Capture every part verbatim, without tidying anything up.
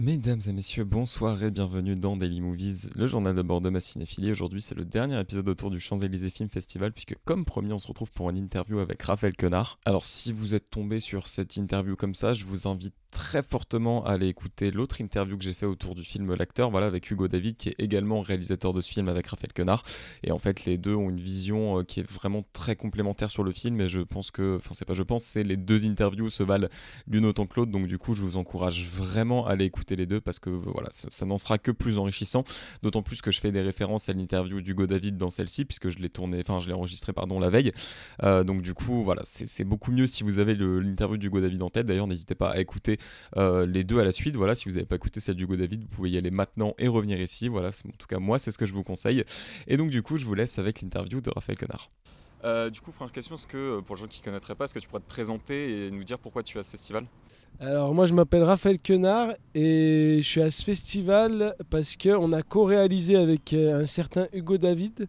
Mesdames et messieurs, bonsoir et bienvenue dans Daily Movies, le journal de bord de ma cinéphilie. Aujourd'hui, c'est le dernier épisode autour du Champs-Élysées Film Festival, puisque comme promis, on se retrouve pour une interview avec Raphaël Quenard. Alors, si vous êtes tombé sur cette interview comme ça, je vous invite très fortement à aller écouter l'autre interview que j'ai fait autour du film L'acteur, voilà, avec Hugo David, qui est également réalisateur de ce film avec Raphaël Quenard. Et en fait, les deux ont une vision euh, qui est vraiment très complémentaire sur le film, et je pense que, enfin, c'est pas je pense, c'est les deux interviews se valent l'une autant que l'autre, donc du coup, je vous encourage vraiment à aller écouter les deux parce que voilà, ça, ça n'en sera que plus enrichissant, d'autant plus que je fais des références à l'interview d'Hugo David dans celle-ci, puisque je l'ai tourné, enfin je l'ai enregistré pardon la veille, euh, donc du coup voilà, c'est, c'est beaucoup mieux si vous avez le, l'interview d'Hugo David en tête. D'ailleurs, n'hésitez pas à écouter euh, les deux à la suite. Voilà, si vous n'avez pas écouté celle d'Hugo David, vous pouvez y aller maintenant et revenir ici. Voilà, en tout cas moi c'est ce que je vous conseille. Et donc du coup, je vous laisse avec l'interview de Raphaël Quenard. Euh, du coup, première question, est-ce que pour les gens qui ne connaîtraient pas, est-ce que tu pourrais te présenter et nous dire pourquoi tu es à ce festival ? Alors moi je m'appelle Raphaël Quenard et je suis à ce festival parce qu'on a co-réalisé avec un certain Hugo David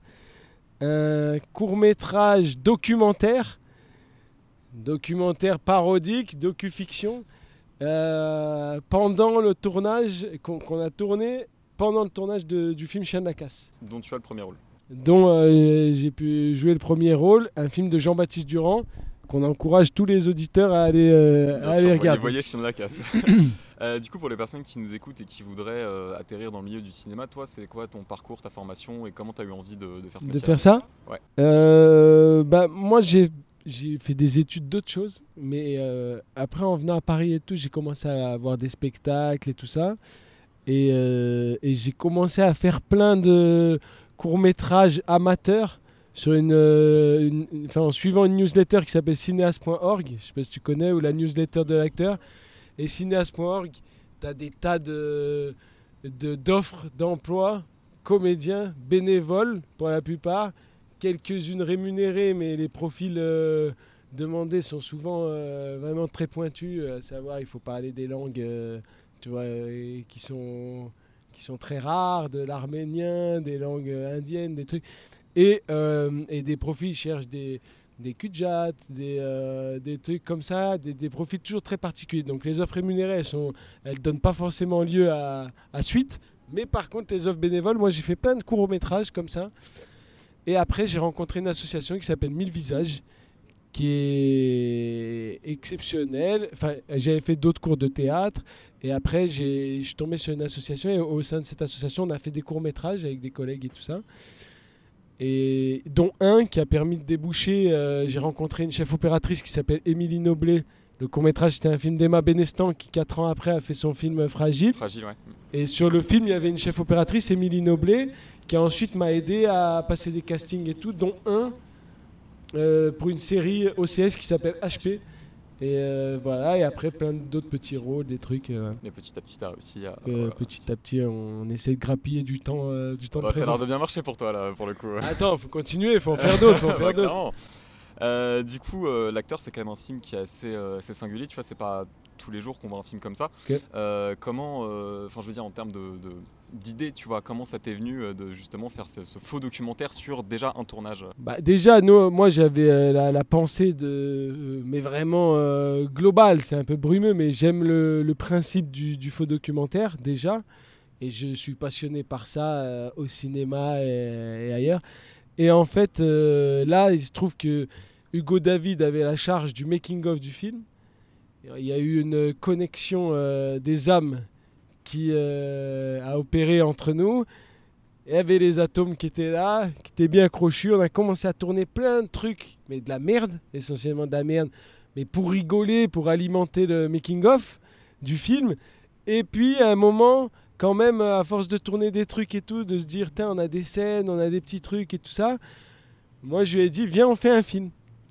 un court-métrage documentaire, documentaire parodique, docu-fiction, euh, pendant le tournage, qu'on, qu'on a tourné pendant le tournage de, du film Chien de la Casse. Dont tu as le premier rôle. Dont euh, j'ai pu jouer le premier rôle, un film de Jean-Baptiste Durand, qu'on encourage tous les auditeurs à aller, euh, à aller sûr, regarder. Vous voyez Chien de la Casse. euh, du coup, pour les personnes qui nous écoutent et qui voudraient euh, atterrir dans le milieu du cinéma, toi, c'est quoi ton parcours, ta formation et comment tu as eu envie de, de faire ce métier ? De faire ça ? Ouais. Euh, bah, moi, j'ai, j'ai fait des études d'autres choses, mais euh, après, en venant à Paris et tout, j'ai commencé à voir des spectacles et tout ça. Et, euh, et j'ai commencé à faire plein de courts-métrages amateurs sur une, une, une, enfin, en suivant une newsletter qui s'appelle cinéaste point org, je ne sais pas si tu connais, ou la newsletter de l'acteur. Et cinéaste point org, tu as des tas de, de, d'offres d'emploi, comédiens, bénévoles pour la plupart, quelques-unes rémunérées, mais les profils euh, demandés sont souvent euh, vraiment très pointus, à savoir il faut parler des langues euh, tu vois, euh, qui, sont, qui sont très rares, de l'arménien, des langues indiennes, des trucs. Et, euh, et des profils cherchent des, des cul-de-jatte, des, euh, des trucs comme ça, des, des profils toujours très particuliers. Donc les offres rémunérées, elles ne elles donnent pas forcément lieu à, à suite. Mais par contre, les offres bénévoles, moi j'ai fait plein de courts-métrages comme ça. Et après, j'ai rencontré une association qui s'appelle Mille Visages, qui est exceptionnelle. Enfin, j'avais fait d'autres cours de théâtre. Et après, j'ai, je suis tombé sur une association. Et au sein de cette association, on a fait des courts-métrages avec des collègues et tout ça. Et dont un qui a permis de déboucher. Euh, j'ai rencontré une chef opératrice qui s'appelle Émilie Noblet. Le court-métrage, c'était un film d'Emma Benestan qui, quatre ans après, a fait son film Fragile. Fragile, ouais. Et sur le film, il y avait une chef opératrice, Émilie Noblet, qui ensuite m'a aidé à passer des castings et tout, dont un euh, pour une série O C S qui s'appelle H P. Et euh, voilà, et après plein d'autres petits rôles, des trucs. Euh, Mais petit à petit, tu as réussi à. euh, Voilà. Petit à petit, on, on essaie de grappiller du temps, euh, du temps Bah, de ça a présence. l'air de bien marcher pour toi, là, pour le coup. Attends, faut continuer, faut en faire d'autres, faut en faire Ouais, d'autres. clairement. Euh, du coup, euh, l'acteur, c'est quand même un film qui est assez, euh, assez singulier. Tu vois, c'est pas tous les jours qu'on voit un film comme ça. Okay. Euh, comment, enfin, euh, je veux dire, en termes de, de, d'idées, tu vois, comment ça t'est venu de justement faire ce, ce faux documentaire sur déjà un tournage ? Bah, déjà, nous, moi, j'avais euh, la, la pensée de, euh, mais vraiment euh, globale. C'est un peu brumeux, mais j'aime le, le principe du, du faux documentaire déjà, et je suis passionné par ça euh, au cinéma et, et ailleurs. Et en fait, euh, là, il se trouve que Hugo David avait la charge du making-of du film. Il y a eu une connexion euh, des âmes qui euh, a opéré entre nous. Il y avait les atomes qui étaient là, qui étaient bien crochus. On a commencé à tourner plein de trucs, mais de la merde, essentiellement de la merde, mais pour rigoler, pour alimenter le making-of du film. Et puis, à un moment, quand même, à force de tourner des trucs et tout, de se dire, on a des scènes, on a des petits trucs et tout ça, moi, je lui ai dit, viens, on fait un film.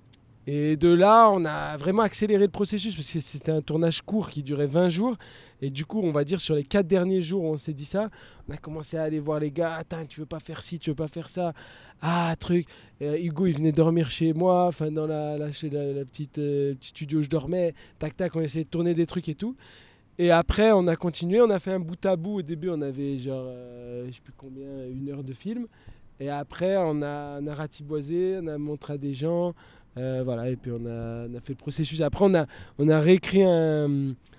Et de là, on a vraiment accéléré le processus parce que c'était un tournage court qui durait vingt jours. Et du coup, on va dire sur les quatre derniers jours où on s'est dit ça, on a commencé à aller voir les gars. Attends, tu veux pas faire ci, tu veux pas faire ça. Ah, truc. Euh, Hugo, il venait dormir chez moi, enfin dans la, la, chez la, la petite euh, petit studio où je dormais. Tac, tac, on essayait de tourner des trucs et tout. Et après, on a continué, on a fait un bout à bout. Au début, on avait genre, euh, je sais plus combien, une heure de film. Et après, on a, on a ratiboisé, on a montré à des gens. Euh, voilà, et puis on a, on a fait le processus. Après, on a, on a réécrit un,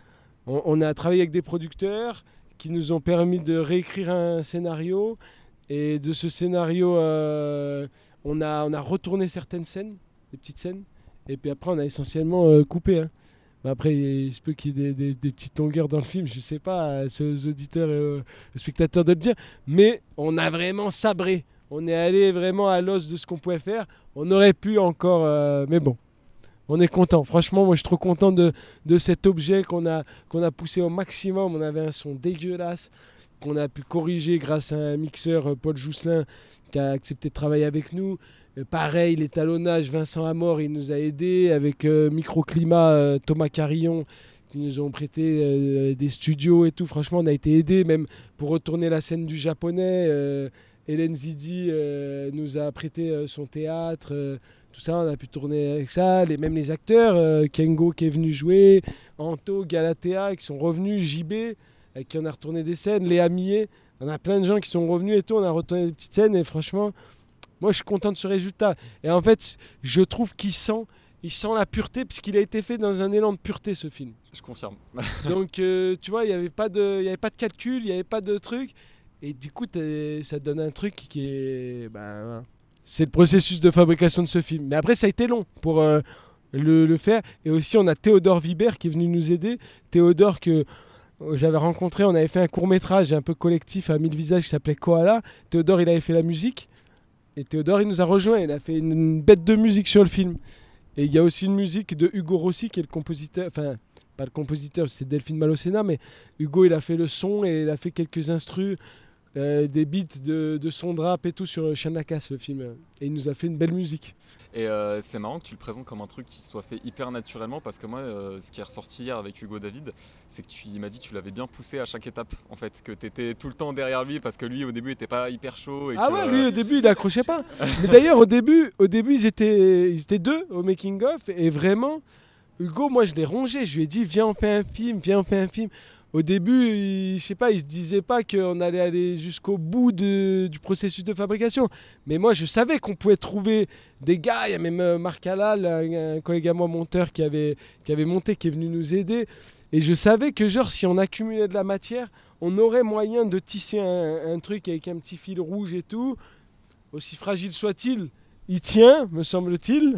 on, on a travaillé avec des producteurs qui nous ont permis de réécrire un scénario. Et de ce scénario, euh, on, a, on a retourné certaines scènes, des petites scènes. Et puis après, on a essentiellement euh, coupé. Hein. Bah après, il se peut qu'il y ait des, des, des petites longueurs dans le film, je sais pas, c'est aux auditeurs et aux, aux spectateurs de le dire. Mais on a vraiment sabré. On est allé vraiment à l'os de ce qu'on pouvait faire. On aurait pu encore, euh, mais bon, on est content. Franchement, moi, je suis trop content de, de cet objet qu'on a, qu'on a poussé au maximum. On avait un son dégueulasse qu'on a pu corriger grâce à un mixeur, euh, Paul Jousselin, qui a accepté de travailler avec nous. Euh, pareil, l'étalonnage, Vincent Amor, il nous a aidés. Avec euh, Microclimat, euh, Thomas Carillon, qui nous ont prêté euh, des studios et tout. Franchement, on a été aidés, même pour retourner la scène du japonais. Euh, Hélène Zidi euh, nous a prêté euh, son théâtre. Euh, tout ça, on a pu tourner avec ça. Les, même les acteurs, euh, Kengo qui est venu jouer, Anto, Galatea, qui sont revenus, J B, avec qui on a retourné des scènes, Léa Millet. On a plein de gens qui sont revenus et tout. On a retourné des petites scènes et franchement... Moi, je suis content de ce résultat. Et en fait, je trouve qu'il sent, il sent la pureté, puisqu'il a été fait dans un élan de pureté, ce film. Je confirme. Donc, euh, tu vois, il n'y avait pas de, il y avait pas de calcul, il n'y avait pas de truc. Et du coup, ça donne un truc qui est... Ben, voilà. C'est le processus de fabrication de ce film. Mais après, ça a été long pour euh, le, le faire. Et aussi, on a Théodore Vibert qui est venu nous aider. Théodore que... J'avais rencontré, on avait fait un court-métrage un peu collectif à mille visages qui s'appelait Koala. Théodore, il avait fait la musique. Et Théodore, il nous a rejoint, il a fait une bête de musique sur le film. Et il y a aussi une musique de Hugo Rossi, qui est le compositeur, enfin, pas le compositeur, c'est Delphine Malocena, mais Hugo, il a fait le son et il a fait quelques instrus, euh, des beats de, de son drap et tout sur Chien de la Casse, le film. Et il nous a fait une belle musique. Et euh, c'est marrant que tu le présentes comme un truc qui soit fait hyper naturellement, parce que moi, euh, ce qui est ressorti hier avec Hugo David, c'est que tu il m'a dit que tu l'avais bien poussé à chaque étape, en fait, que tu étais tout le temps derrière lui, parce que lui, au début, il était pas hyper chaud. Et ah que, ouais, euh... lui, au début, il accrochait pas. Mais d'ailleurs, au début, au début ils, étaient, ils étaient deux au making-of, et vraiment, Hugo, moi, je l'ai rongé. Je lui ai dit, viens, on fait un film, viens, on fait un film. Au début, il, je sais pas, il se disait pas qu'on allait aller jusqu'au bout de, du processus de fabrication. Mais moi, je savais qu'on pouvait trouver des gars. Il y a même euh, Marc Halal, un, un collègue à moi, monteur, qui avait, qui avait monté, qui est venu nous aider. Et je savais que, genre, si on accumulait de la matière, on aurait moyen de tisser un, un truc avec un petit fil rouge et tout. Aussi fragile soit-il, il tient, me semble-t-il.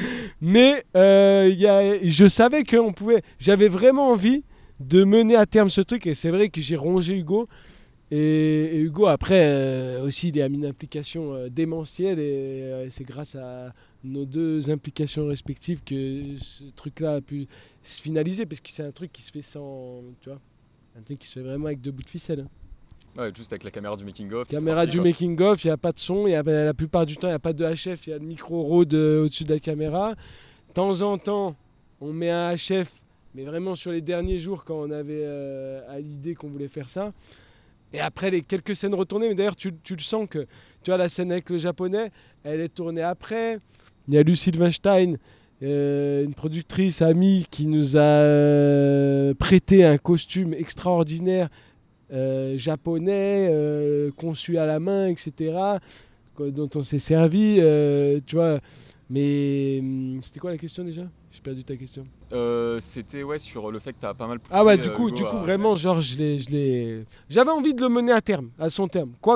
Mais euh, y a, je savais qu'on pouvait... J'avais vraiment envie de mener à terme ce truc, et c'est vrai que j'ai rongé Hugo, et, et Hugo après euh, aussi il a mis une implication euh, démentielle, et euh, c'est grâce à nos deux implications respectives que ce truc là a pu se finaliser, parce que c'est un truc qui se fait sans, tu vois, un truc qui se fait vraiment avec deux bouts de ficelle. Ouais, juste avec la caméra du making of. Caméra du making of, il n'y a pas de son, y a, la plupart du temps il n'y a pas de H F, il y a le micro Rode au-dessus de la caméra. De temps en temps on met un H F, mais vraiment sur les derniers jours quand on avait euh, à l'idée qu'on voulait faire ça. Et après les quelques scènes retournées, mais d'ailleurs tu, tu le sens que tu vois la scène avec le japonais, elle est tournée après. Il y a Lucille Weinstein, euh, une productrice amie qui nous a euh, prêté un costume extraordinaire euh, japonais, euh, conçu à la main, et cetera, dont on s'est servi, euh, tu vois. Mais c'était quoi la question déjà ? J'ai perdu ta question. Euh, c'était ouais sur le fait que tu as pas mal poussé. Ah ouais, du coup, Hugo du coup à... vraiment, genre, je l'ai, je l'ai... J'avais envie de le mener à terme, à son terme. Quoi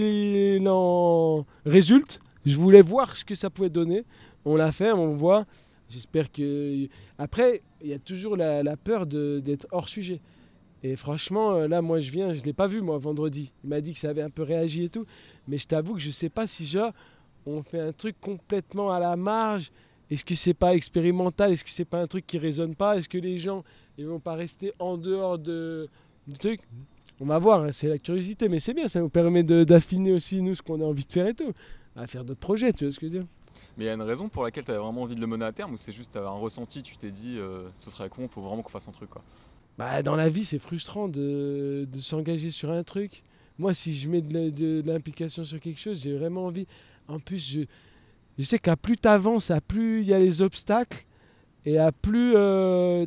qu'il en résulte, je voulais voir ce que ça pouvait donner. On l'a fait, on voit. J'espère que... Après, il y a toujours la, la peur de, d'être hors sujet. Et franchement, là, moi, je viens, je ne l'ai pas vu, moi, vendredi. Il m'a dit que ça avait un peu réagi et tout. Mais je t'avoue que je ne sais pas si, genre, on fait un truc complètement à la marge. Est-ce que c'est pas expérimental ? Est-ce que c'est pas un truc qui résonne pas ? Est-ce que les gens ils vont pas rester en dehors de, du truc ? On va voir, hein, c'est la curiosité, mais c'est bien, ça nous permet de, d'affiner aussi nous ce qu'on a envie de faire et tout, à faire d'autres projets, tu vois ce que je veux dire ? Mais il y a une raison pour laquelle tu avais vraiment envie de le mener à terme, ou c'est juste tu avais un ressenti, tu t'es dit euh, ce serait con, faut vraiment qu'on fasse un truc quoi. Bah, dans la vie, c'est frustrant de, de s'engager sur un truc. Moi, si je mets de, la, de, de l'implication sur quelque chose, j'ai vraiment envie. En plus, je Je sais qu'à plus t'avances, à plus il y a les obstacles, et à plus euh,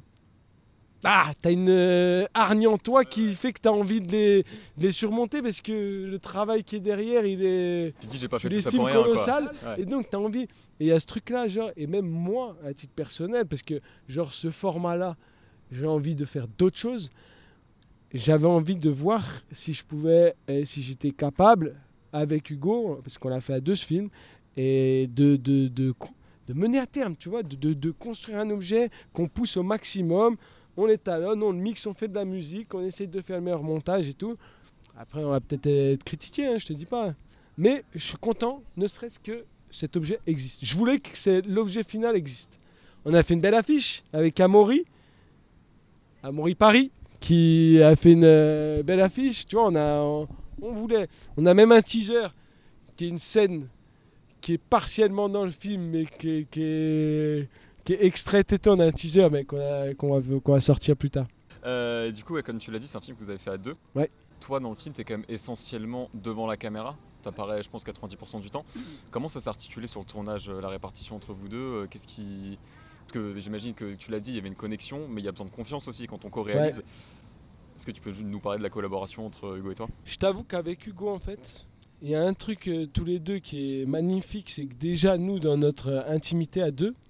ah, t'as une euh, hargne en toi qui fait que t'as envie de les, de les surmonter, parce que le travail qui est derrière, il est, tu dis j'ai pas fait tu tout ça pour rien colossal, quoi. Ouais. Et donc t'as envie. Et il y a ce truc-là, genre, et même moi, à titre personnel, parce que genre ce format-là, j'ai envie de faire d'autres choses. J'avais envie de voir si je pouvais, et si j'étais capable, avec Hugo, parce qu'on l'a fait à deux ce film, et de, de, de, de mener à terme, tu vois, de, de, de construire un objet qu'on pousse au maximum, on l'étalonne, on le mixe, on fait de la musique, on essaie de faire le meilleur montage et tout. Après, on va peut-être être critiqué, hein, je te dis pas. Mais je suis content, ne serait-ce que cet objet existe. Je voulais que c'est, l'objet final existe. On a fait une belle affiche avec Amaury, Amaury Paris, qui a fait une euh, belle affiche. Tu vois, on a, on, on voulait, on a même un teaser qui est une scène qui est partiellement dans le film, mais qui est, qui est, qui est extraite et tout. On a un teaser, mais qu'on, a, qu'on, va, qu'on va sortir plus tard. Euh, du coup, ouais, comme tu l'as dit, c'est un film que vous avez fait à deux. Ouais. Toi, dans le film, tu es quand même essentiellement devant la caméra. T'apparais, je pense, quatre-vingt-dix pour cent du temps. Comment ça s'est articulé sur le tournage, la répartition entre vous deux? Qu'est-ce qui... Parce que j'imagine que tu l'as dit, il y avait une connexion, mais il y a besoin de confiance aussi quand on co-réalise. Ouais. Est-ce que tu peux nous parler de la collaboration entre Hugo et toi? Je t'avoue qu'avec Hugo, en fait, il y a un truc euh, tous les deux qui est magnifique, c'est que déjà, nous, dans notre intimité à deux,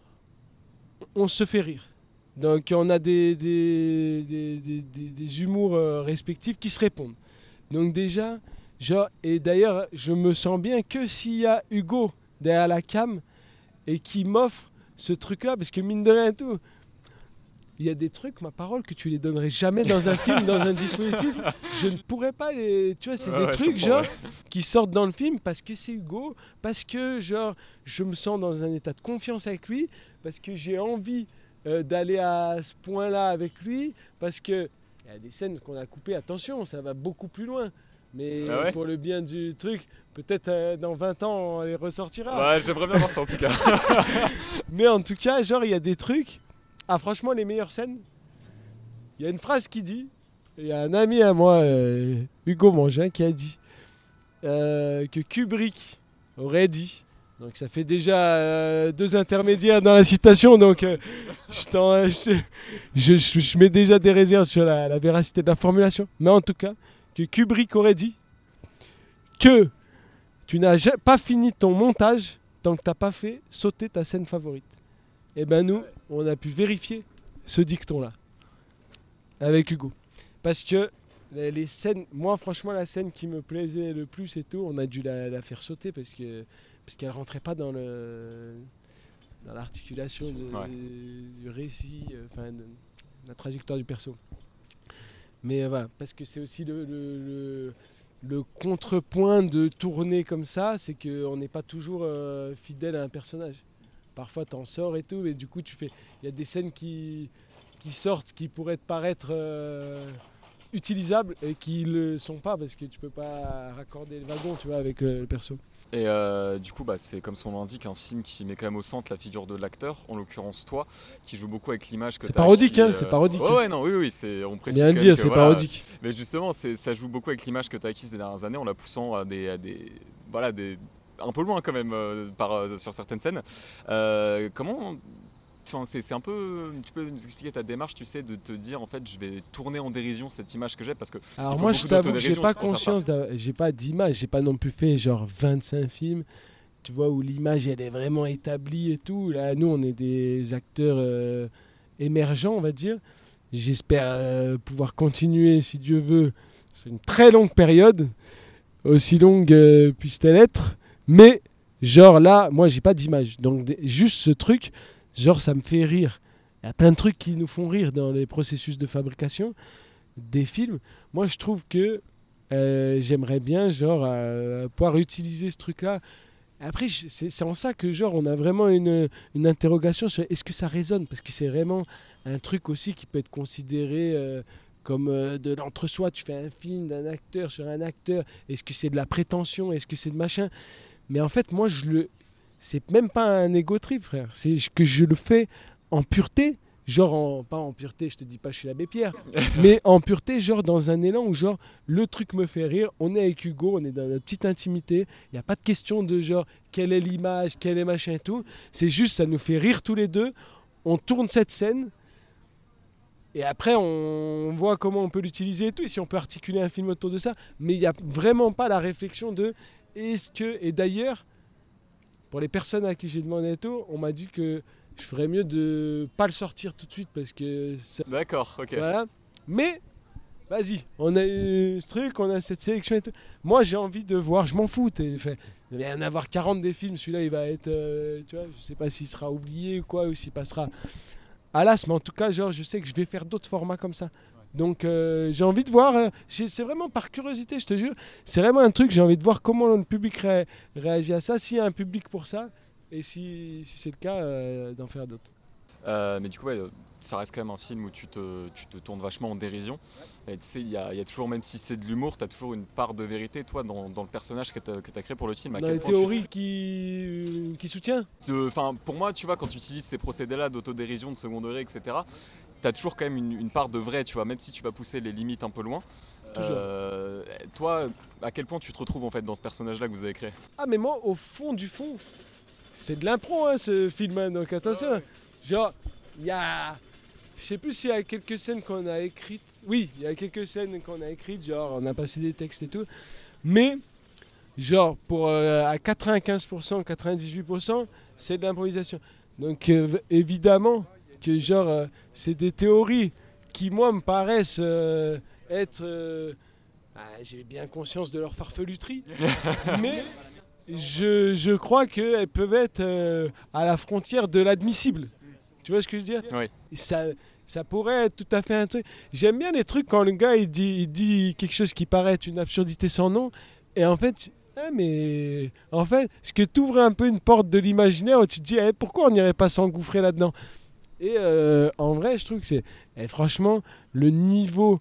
on se fait rire. Donc on a des, des, des, des, des, des humours euh, respectifs qui se répondent. Donc déjà, genre, et d'ailleurs, je me sens bien que s'il y a Hugo derrière la cam et qui m'offre ce truc-là, parce que mine de rien et tout, il y a des trucs, ma parole, que tu les donnerais jamais dans un film, dans un dispositif. Je ne pourrais pas les... Tu vois, c'est ah des ouais, trucs, genre, ouais. qui sortent dans le film parce que c'est Hugo, parce que, genre, je me sens dans un état de confiance avec lui, parce que j'ai envie... Euh, d'aller à ce point-là avec lui, parce que il y a des scènes qu'on a coupées, attention, ça va beaucoup plus loin, mais ah ouais pour le bien du truc, peut-être euh, dans vingt ans on les ressortira. Ouais, j'aimerais bien voir ça en tout cas. Mais en tout cas, genre il y a des trucs, ah franchement les meilleures scènes, il y a une phrase qui dit, il y a un ami à moi, euh, Hugo Mangin, qui a dit euh, que Kubrick aurait dit. Donc ça fait déjà euh, deux intermédiaires dans la citation, donc euh, je, t'en, je, je, je, je mets déjà des réserves sur la, la véracité de la formulation. Mais en tout cas, que Kubrick aurait dit que tu n'as pas fini ton montage tant que tu n'as pas fait sauter ta scène favorite. Et ben nous, on a pu vérifier ce dicton-là avec Hugo. Parce que les, les scènes, moi franchement la scène qui me plaisait le plus et tout, on a dû la, la faire sauter parce que... parce qu'elle rentrait pas dans le dans l'articulation de, ouais. du récit, enfin de, de la trajectoire du perso. Mais euh, voilà, parce que c'est aussi le, le, le, le contrepoint de tourner comme ça, c'est qu'on n'est pas toujours euh, fidèle à un personnage. Parfois t'en sors et tout, mais du coup tu fais, il y a des scènes qui qui sortent, qui pourraient te paraître euh, utilisables et qui le sont pas parce que tu peux pas raccorder le wagon, tu vois, avec le, le perso. Et euh, du coup, bah, c'est comme son nom l'indique, un film qui met quand même au centre la figure de l'acteur, en l'occurrence toi, qui joue beaucoup avec l'image que c'est parodique, hein, euh... c'est parodique. Ouais, ouais, non, oui, oui, c'est, on précise. Bien le dire, c'est voilà, parodique. Mais justement, c'est, ça joue beaucoup avec l'image que tu as acquise ces dernières années, en la poussant à des, à des, voilà, des, un peu loin quand même euh, par, euh, sur certaines scènes. Euh, comment Enfin, c'est, c'est un peu. Tu peux nous expliquer ta démarche, tu sais, de te dire en fait, je vais tourner en dérision cette image que j'ai parce que. Alors moi, je t'avoue que j'ai pas conscience, j'ai pas d'image, j'ai pas non plus fait genre vingt-cinq films, tu vois, où l'image elle est vraiment établie et tout. Là, nous, on est des acteurs euh, émergents, on va dire. J'espère euh, pouvoir continuer, si Dieu veut. C'est une très longue période, aussi longue euh, puisse-t-elle être, mais genre là, moi, j'ai pas d'image. Donc juste ce truc. Genre, ça me fait rire. Il y a plein de trucs qui nous font rire dans les processus de fabrication des films. Moi, je trouve que euh, j'aimerais bien, genre, euh, pouvoir utiliser ce truc-là. Après, c'est, c'est en ça que, genre, on a vraiment une, une interrogation sur est-ce que ça résonne ? Parce que c'est vraiment un truc aussi qui peut être considéré euh, comme euh, de l'entre-soi. Tu fais un film d'un acteur sur un acteur. Est-ce que c'est de la prétention ? Est-ce que c'est de machin ? Mais en fait, moi, je le... c'est même pas un ego trip, frère. C'est que je le fais en pureté. Genre, en, pas en pureté, je te dis pas je suis l'abbé Pierre. mais en pureté, genre dans un élan où genre le truc me fait rire. On est avec Hugo, on est dans notre petite intimité. Il n'y a pas de question de genre quelle est l'image, quel est machin et tout. C'est juste, ça nous fait rire tous les deux. On tourne cette scène. Et après, on voit comment on peut l'utiliser et tout. Et si on peut articuler un film autour de ça. Mais il n'y a vraiment pas la réflexion de est-ce que... Et d'ailleurs... Pour les personnes à qui j'ai demandé et tout, on m'a dit que je ferais mieux de pas le sortir tout de suite parce que ça, D'accord, ok. voilà. Mais vas-y, on a eu ce truc, on a cette sélection et tout. Moi, j'ai envie de voir, je m'en fous. t'es- fait, Il va y en avoir quarante des films. Celui-là, il va être. euh, tu vois, je sais pas s'il sera oublié ou quoi, ou s'il passera à l'as. Mais en tout cas, genre, je sais que je vais faire d'autres formats comme ça. Donc, euh, j'ai envie de voir. euh, j'ai- c'est vraiment par curiosité, je te jure. C'est vraiment un truc, j'ai envie de voir comment le public ré- réagit à ça. S'il y a un public pour ça. Et si, si c'est le cas, euh, d'en faire d'autres. Euh, mais du coup, ouais, euh, ça reste quand même un film où tu te, tu te tournes vachement en dérision. Et tu sais, il y a, il y a toujours, même si c'est de l'humour, tu as toujours une part de vérité, toi, dans, dans le personnage que tu as créé pour le film. À Dans quel les point tu- théories qui, qui soutient. te- Enfin, pour moi, tu vois, quand tu utilises ces procédés-là d'autodérision, de second degré, et cetera, tu as toujours quand même une, une part de vrai, tu vois, même si tu vas pousser les limites un peu loin. Toujours. Euh, toi, à quel point tu te retrouves en fait dans ce personnage-là que vous avez créé? Ah, mais moi, au fond du fond, c'est de l'impro, hein, ce film. hein, donc attention. Genre, il y a. Je sais plus s'il y a quelques scènes qu'on a écrites. Oui, il y a quelques scènes qu'on a écrites. Genre, on a passé des textes et tout. Mais, genre, pour, euh, à quatre-vingt-quinze pour cent, quatre-vingt-dix-huit pour cent, c'est de l'improvisation. Donc, euh, évidemment, que genre, euh, c'est des théories qui, moi, me paraissent euh, être. euh, ah, j'ai bien conscience de leur farfeluterie. mais. Je, je crois qu'elles peuvent être euh, à la frontière de l'admissible. Tu vois ce que je veux dire? Oui. Et ça, ça pourrait être tout à fait un truc. J'aime bien les trucs quand le gars il dit, il dit quelque chose qui paraît être une absurdité sans nom. Et en fait, ah, mais en fait, ce que tu ouvres un peu une porte de l'imaginaire où tu te dis eh, pourquoi on n'irait pas s'engouffrer là-dedans? Et euh, en vrai, je trouve que c'est eh, franchement le niveau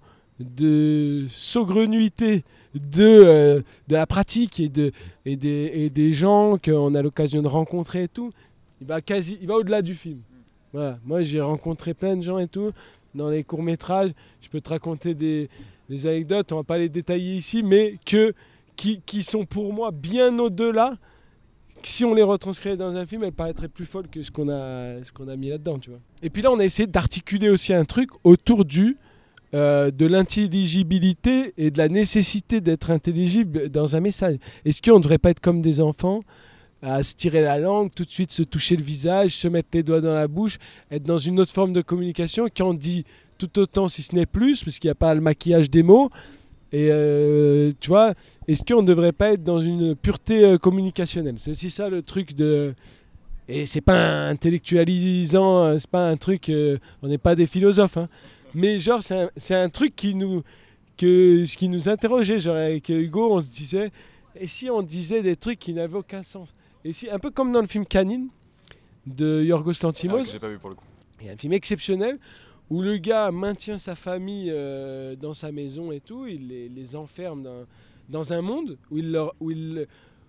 de saugrenuité de, euh, de la pratique et, de, et, des, et des gens qu'on a l'occasion de rencontrer et tout, il va, quasi, il va au-delà du film. Voilà. Moi, j'ai rencontré plein de gens et tout dans les courts-métrages. Je peux te raconter des, des anecdotes, on va pas les détailler ici, mais que, qui, qui sont pour moi bien au-delà. Si on les retranscrivait dans un film, elles paraîtraient plus folles que ce qu'on a, ce qu'on a mis là-dedans, tu vois. Et puis là, on a essayé d'articuler aussi un truc autour du Euh, de l'intelligibilité et de la nécessité d'être intelligible dans un message. Est-ce qu'on ne devrait pas être comme des enfants, à se tirer la langue, tout de suite se toucher le visage, se mettre les doigts dans la bouche, être dans une autre forme de communication qui en dit tout autant si ce n'est plus, parce qu'il n'y a pas le maquillage des mots. Et euh, tu vois, est-ce qu'on ne devrait pas être dans une pureté euh, communicationnelle? C'est aussi ça le truc de... Et c'est pas intellectualisant, c'est pas un truc... euh, on n'est pas des philosophes, hein. Mais genre, c'est un, c'est un truc qui nous, que, qui nous interrogeait. Genre, avec Hugo, on se disait, et si on disait des trucs qui n'avaient aucun sens? Et si, un peu comme dans le film Canine de Yorgos Ah, Lanthimos, que j'ai pas vu pour le coup. il y a un film exceptionnel où le gars maintient sa famille euh, dans sa maison et tout, il les, les enferme dans, dans un monde où il leur, où il,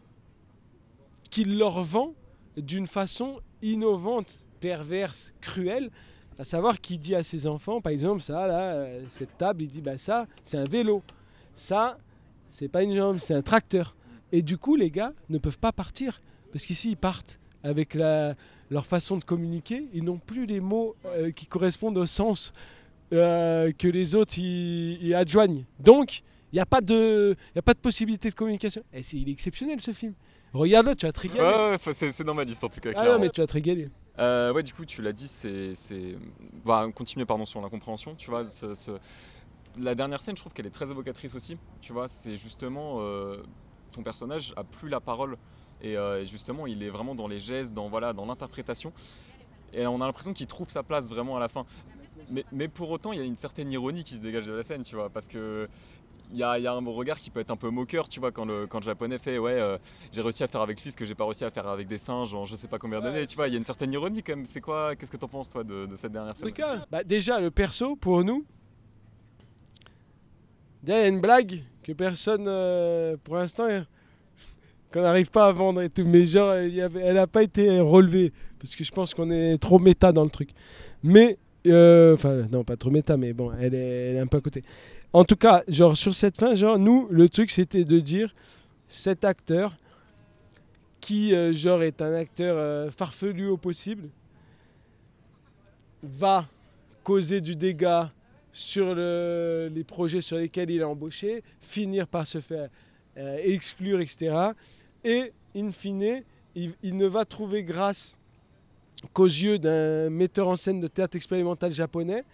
qu'il leur vend d'une façon innovante, perverse, cruelle. À savoir qu'il dit à ses enfants, par exemple, ça là, euh, cette table, il dit bah ça, c'est un vélo. Ça, c'est pas une jambe, c'est un tracteur. Et du coup, les gars ne peuvent pas partir. Parce qu'ici, ils partent avec la, leur façon de communiquer. Ils n'ont plus les mots euh, qui correspondent au sens euh, que les autres y, y adjoignent. Donc, il n'y a, pas de- y a pas de possibilité de communication. Et c'est, il est exceptionnel ce film. Regarde-le, tu vas te régaler. Ouais, ouais, faut- c'est c'est dans ma liste en tout cas. Ah clairement. non, mais tu vas te régaler. Euh, ouais, du coup, tu l'as dit, c'est. c'est- bah, continuer pardon, sur l'incompréhension, tu vois. ce- ce- La dernière scène, je trouve qu'elle est très évocatrice aussi, tu vois. C'est justement. euh, Ton personnage a plus la parole. Et euh, justement, il est vraiment dans les gestes, dans, voilà, dans l'interprétation. Et on a l'impression qu'il trouve sa place vraiment à la fin. Mais, mais pour autant, il y a une certaine ironie qui se dégage de la scène, tu vois. Parce que. Il y, a, il y a un regard qui peut être un peu moqueur, tu vois, quand le, quand le japonais fait ouais, euh, j'ai réussi à faire avec lui ce que j'ai pas réussi à faire avec des singes en je sais pas combien d'années, Ouais. tu vois, il y a une certaine ironie quand même. C'est quoi, qu'est-ce que t'en penses toi de, de cette dernière scène? Le cas, bah déjà, le perso, pour nous, déjà, il y a une blague que personne, euh, pour l'instant, euh, qu'on n'arrive pas à vendre et tout, mais genre, il y avait- elle n'a pas été relevée, parce que je pense qu'on est trop méta dans le truc. Mais, euh, enfin, non, pas trop méta, mais bon, elle est, elle est un peu à côté. En tout cas, genre, sur cette fin, genre, nous, le truc, c'était de dire, cet acteur, qui, euh, genre, est un acteur euh, farfelu au possible, va causer du dégât sur le- les projets sur lesquels il est embauché, finir par se faire euh, exclure, et cetera. Et in fine, il, il ne va trouver grâce qu'aux yeux d'un metteur en scène de théâtre expérimental japonais,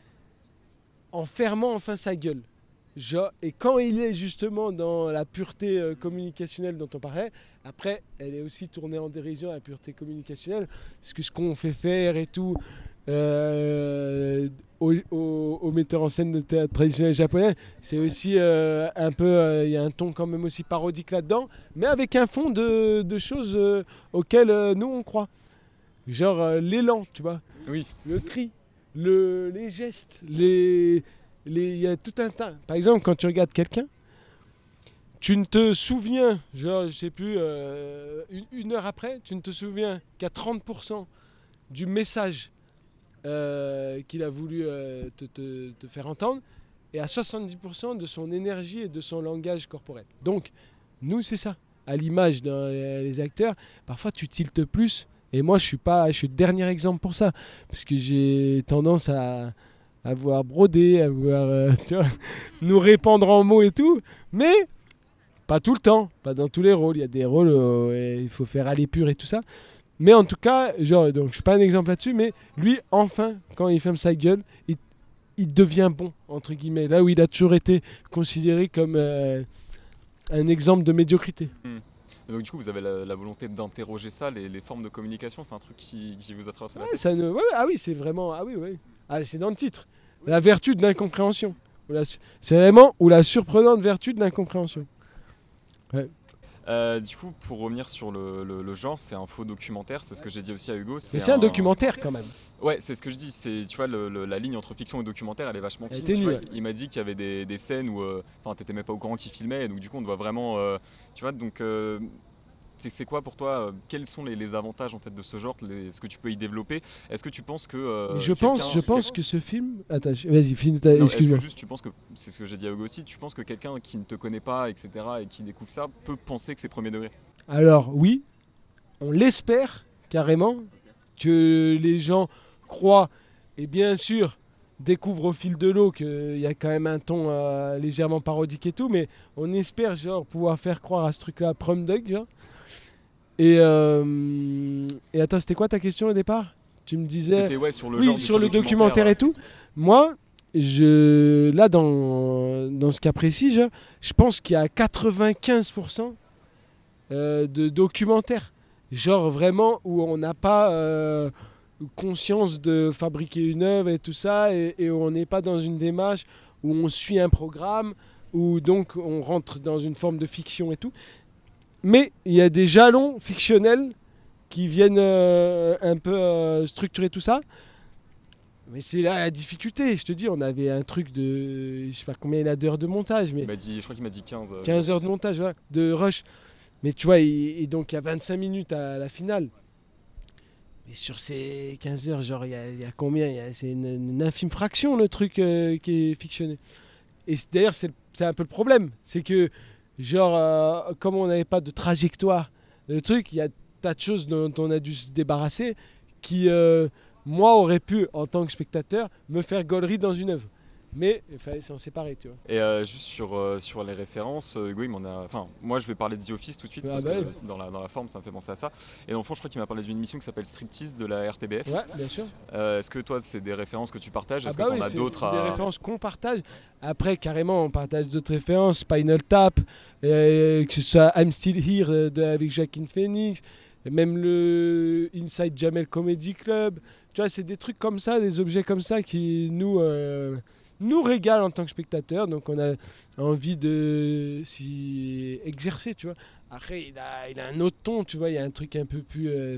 en fermant enfin sa gueule. Genre, et quand il est justement dans la pureté euh, communicationnelle dont on parlait, après, elle est aussi tournée en dérision, la pureté communicationnelle, parce que ce qu'on fait faire et tout euh, aux, aux, aux metteurs en scène de théâtre traditionnel japonais, c'est aussi euh, un peu, il euh, y a un ton quand même aussi parodique là-dedans, mais avec un fond de, de choses euh, auxquelles euh, nous on croit. Genre euh, l'élan, tu vois, Oui. le cri, le, les gestes, les... Il y a tout un tas. Par exemple, quand tu regardes quelqu'un, tu ne te souviens, genre, je sais plus, euh, une, une heure après, tu ne te souviens qu'à trente pour cent du message euh, qu'il a voulu euh, te, te, te faire entendre et à soixante-dix pour cent de son énergie et de son langage corporel. Donc, nous, c'est ça. À l'image dans les, les acteurs, parfois tu tiltes plus. Et moi, je suis pas, je suis le dernier exemple pour ça. Parce que j'ai tendance à... à vouloir broder, à vouloir euh, tu vois, nous répandre en mots et tout, mais pas tout le temps, pas dans tous les rôles. Il y a des rôles où il faut faire aller pur et tout ça. Mais en tout cas, genre, donc je suis pas un exemple là-dessus, mais lui, enfin, quand il ferme sa gueule, il, il devient bon, entre guillemets. Là où il a toujours été considéré comme euh, un exemple de médiocrité. Mmh. Donc du coup, vous avez la, la volonté d'interroger ça, les, les formes de communication, c'est un truc qui, qui vous a traversé la Ouais, tête ça ne... ouais, ouais, ah oui, c'est vraiment... Ah oui, oui. Ah, c'est dans le titre. La vertu de l'incompréhension. C'est vraiment ou la surprenante vertu de l'incompréhension. Ouais. Euh, du coup, pour revenir sur le, le, le genre, c'est un faux documentaire, c'est ce que j'ai dit aussi à Hugo. Mais c'est un, un documentaire quand même. Ouais, c'est ce que je dis. C'est, tu vois, le, le, la ligne entre fiction et documentaire, elle est vachement fine. Tu vois, il m'a dit qu'il y avait des, des scènes où, enfin, euh, t'étais même pas au courant qu'il filmait, donc du coup, on doit vraiment, euh, tu vois, donc. Euh, C'est quoi pour toi, euh, quels sont les, les avantages en fait de ce genre, les, ce que tu peux y développer? Est-ce que tu penses que euh, je pense, je pense que ce film, attends, vas-y, finis ta... Non, excuse-moi. est-ce que juste tu penses que c'est ce que j'ai dit à Hugo aussi, tu penses que quelqu'un qui ne te connaît pas, et cetera, et qui découvre ça, peut penser que c'est premier degré? Alors oui, on l'espère carrément que les gens croient et bien sûr découvrent au fil de l'eau qu'il y a quand même un ton euh, légèrement parodique et tout, mais on espère genre pouvoir faire croire à ce truc-là Prom Dog, genre. Et, euh, et attends, c'était quoi ta question au départ? Tu me disais... C'était ouais, sur le, oui, genre sur le documentaire, documentaire et tout. Moi, je, là, dans, dans ce cas précis, je, je pense qu'il y a quatre-vingt-quinze pour cent euh, de documentaires. Genre vraiment où on n'a pas euh, conscience de fabriquer une œuvre et tout ça, et, et où on n'est pas dans une démarche où on suit un programme, où donc on rentre dans une forme de fiction et tout. Mais il y a des jalons fictionnels qui viennent euh, un peu euh, structurer tout ça. Mais c'est là la difficulté. Je te dis, on avait un truc de... Je sais pas combien il a d'heures de montage. Mais il m'a dit, je crois qu'il m'a dit quinze. Euh, quinze heures de montage, voilà, de rush. Mais tu vois, et, et donc il y a vingt-cinq minutes à la finale. Mais sur ces quinze heures, genre, il y a, il y a combien il y a, c'est une, une infime fraction le truc euh, qui est fictionné. Et d'ailleurs, c'est, c'est un peu le problème. C'est que... Genre, euh, comme on n'avait pas de trajectoire, le truc, il y a tas de choses dont on a dû se débarrasser qui, euh, moi, auraient pu, en tant que spectateur, me faire gaulerie dans une œuvre. Mais il fallait s'en séparer, tu vois. Et euh, juste sur, euh, sur les références, euh, Hugo, il m'en a... Enfin, moi, je vais parler de The Office tout de suite, ah parce bah que oui. dans, la, dans la forme, ça me fait penser à ça. Et dans le fond, je crois qu'il m'a parlé d'une émission qui s'appelle Striptease de la R T B F. Ouais, bien sûr. Euh, est-ce que toi, c'est des références que tu partages? Est-ce ah bah que tu en oui, as c'est, d'autres c'est à... des références qu'on partage. Après, carrément, on partage d'autres références. Spinal Tap, euh, que ce soit I'm Still Here de, avec Joaquin Phoenix, et même le Inside Jamel Comedy Club. Tu vois, c'est des trucs comme ça, des objets comme ça qui nous... Euh, nous régale en tant que spectateur, donc on a envie de s'y exercer, tu vois. Après, il a, il a un autre ton, tu vois, il y a un truc un peu plus euh,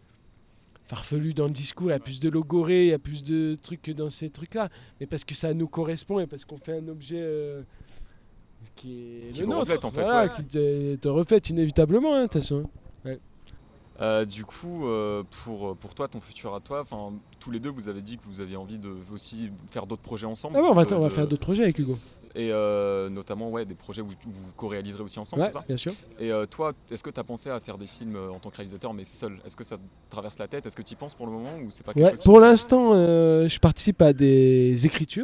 farfelu dans le discours, il y a plus de logorée, il y a plus de trucs que dans ces trucs-là, mais parce que ça nous correspond et parce qu'on fait un objet euh, qui est qui le vous nôtre, reflète, en fait, voilà, ouais. qui te, te reflète inévitablement, hein, de toute façon. Ouais. Euh, du coup, euh, pour, pour toi, ton futur à toi, tous les deux, vous avez dit que vous aviez envie de aussi faire d'autres projets ensemble. Ah ouais, on va, de, on va de... faire d'autres projets avec Hugo. Et euh, notamment, ouais, des projets où vous co-réaliserez aussi ensemble, ouais, c'est ça? Bien sûr. Et euh, toi, est-ce que tu as pensé à faire des films en tant que réalisateur, mais seul? Est-ce que ça te traverse la tête? Est-ce que tu y penses pour le moment ou c'est pas quelque ouais, chose? Pour l'instant, euh, je participe à des écritures.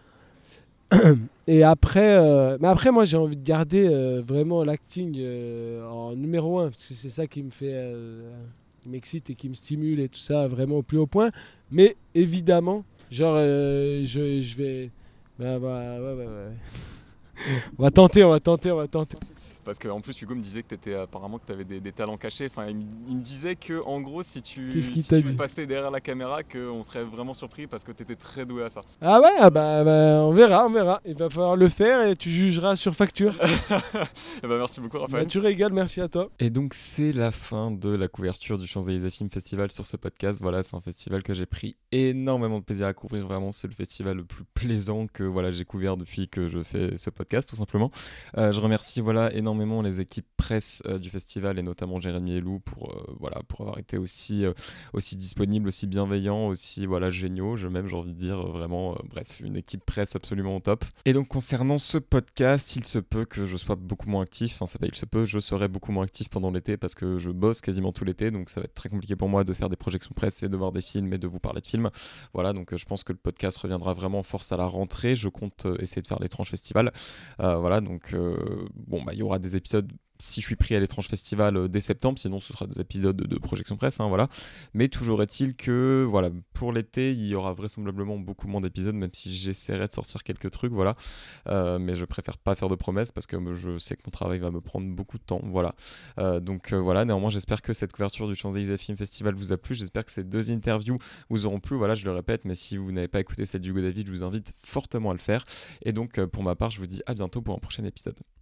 Et après, euh, mais après, moi j'ai envie de garder euh, vraiment l'acting euh, en numéro un, parce que c'est ça qui me fait euh, qui m'excite et qui me stimule et tout ça vraiment au plus haut point. Mais évidemment, genre, euh, je, je vais. Bah, bah, ouais, ouais, ouais. On va tenter, on va tenter, on va tenter. Parce qu'en plus, Hugo me disait que t'étais, apparemment que tu avais des, des talents cachés. Enfin, il, me- il me disait que en gros, si tu, Qu'est-ce qu'il si t'a tu dit? passais derrière la caméra, qu'on serait vraiment surpris parce que tu étais très doué à ça. Ah ouais, ah bah, bah, on verra, on verra. Il va falloir le faire et tu jugeras sur facture. Eh ben, merci beaucoup, Bah, Raphaël. tu régales, merci à toi. Et donc c'est la fin de la couverture du Champs-Élysées Film Festival sur ce podcast. Voilà, c'est un festival que j'ai pris énormément de plaisir à couvrir. Vraiment, c'est le festival le plus plaisant que voilà j'ai couvert depuis que je fais ce podcast, tout simplement. Euh, je remercie voilà énormément les équipes presse euh, du festival et notamment Jérémy et Lou pour euh, voilà pour avoir été aussi euh, aussi disponibles, aussi bienveillants, aussi voilà géniaux. Je même j'ai envie de dire euh, vraiment euh, bref une équipe presse absolument au top. Et donc concernant ce podcast, il se peut que je sois beaucoup moins actif. Enfin, ça va, il se peut, je serai beaucoup moins actif pendant l'été parce que je bosse quasiment tout l'été, donc ça va être très compliqué pour moi de faire des projections presse et de voir des films et de vous parler de films. Voilà, donc euh, je pense que le podcast reviendra vraiment en force à la rentrée. Je compte euh, essayer de faire l'étrange festival. Euh, voilà, donc euh, bon, bah il y aura des épisodes si je suis pris à l'étrange festival euh, dès septembre, sinon ce sera des épisodes de, de projection presse, hein, voilà. Mais toujours est-il que, voilà, pour l'été, il y aura vraisemblablement beaucoup moins d'épisodes, même si j'essaierai de sortir quelques trucs, voilà. Euh, mais je préfère pas faire de promesses parce que je sais que mon travail va me prendre beaucoup de temps, voilà. Euh, donc euh, voilà, néanmoins, j'espère que cette couverture du Champs-Élysées Film Festival vous a plu. J'espère que ces deux interviews vous auront plu. Voilà, je le répète, mais si vous n'avez pas écouté celle d'Hugo David, je vous invite fortement à le faire. Et donc, euh, pour ma part, je vous dis à bientôt pour un prochain épisode.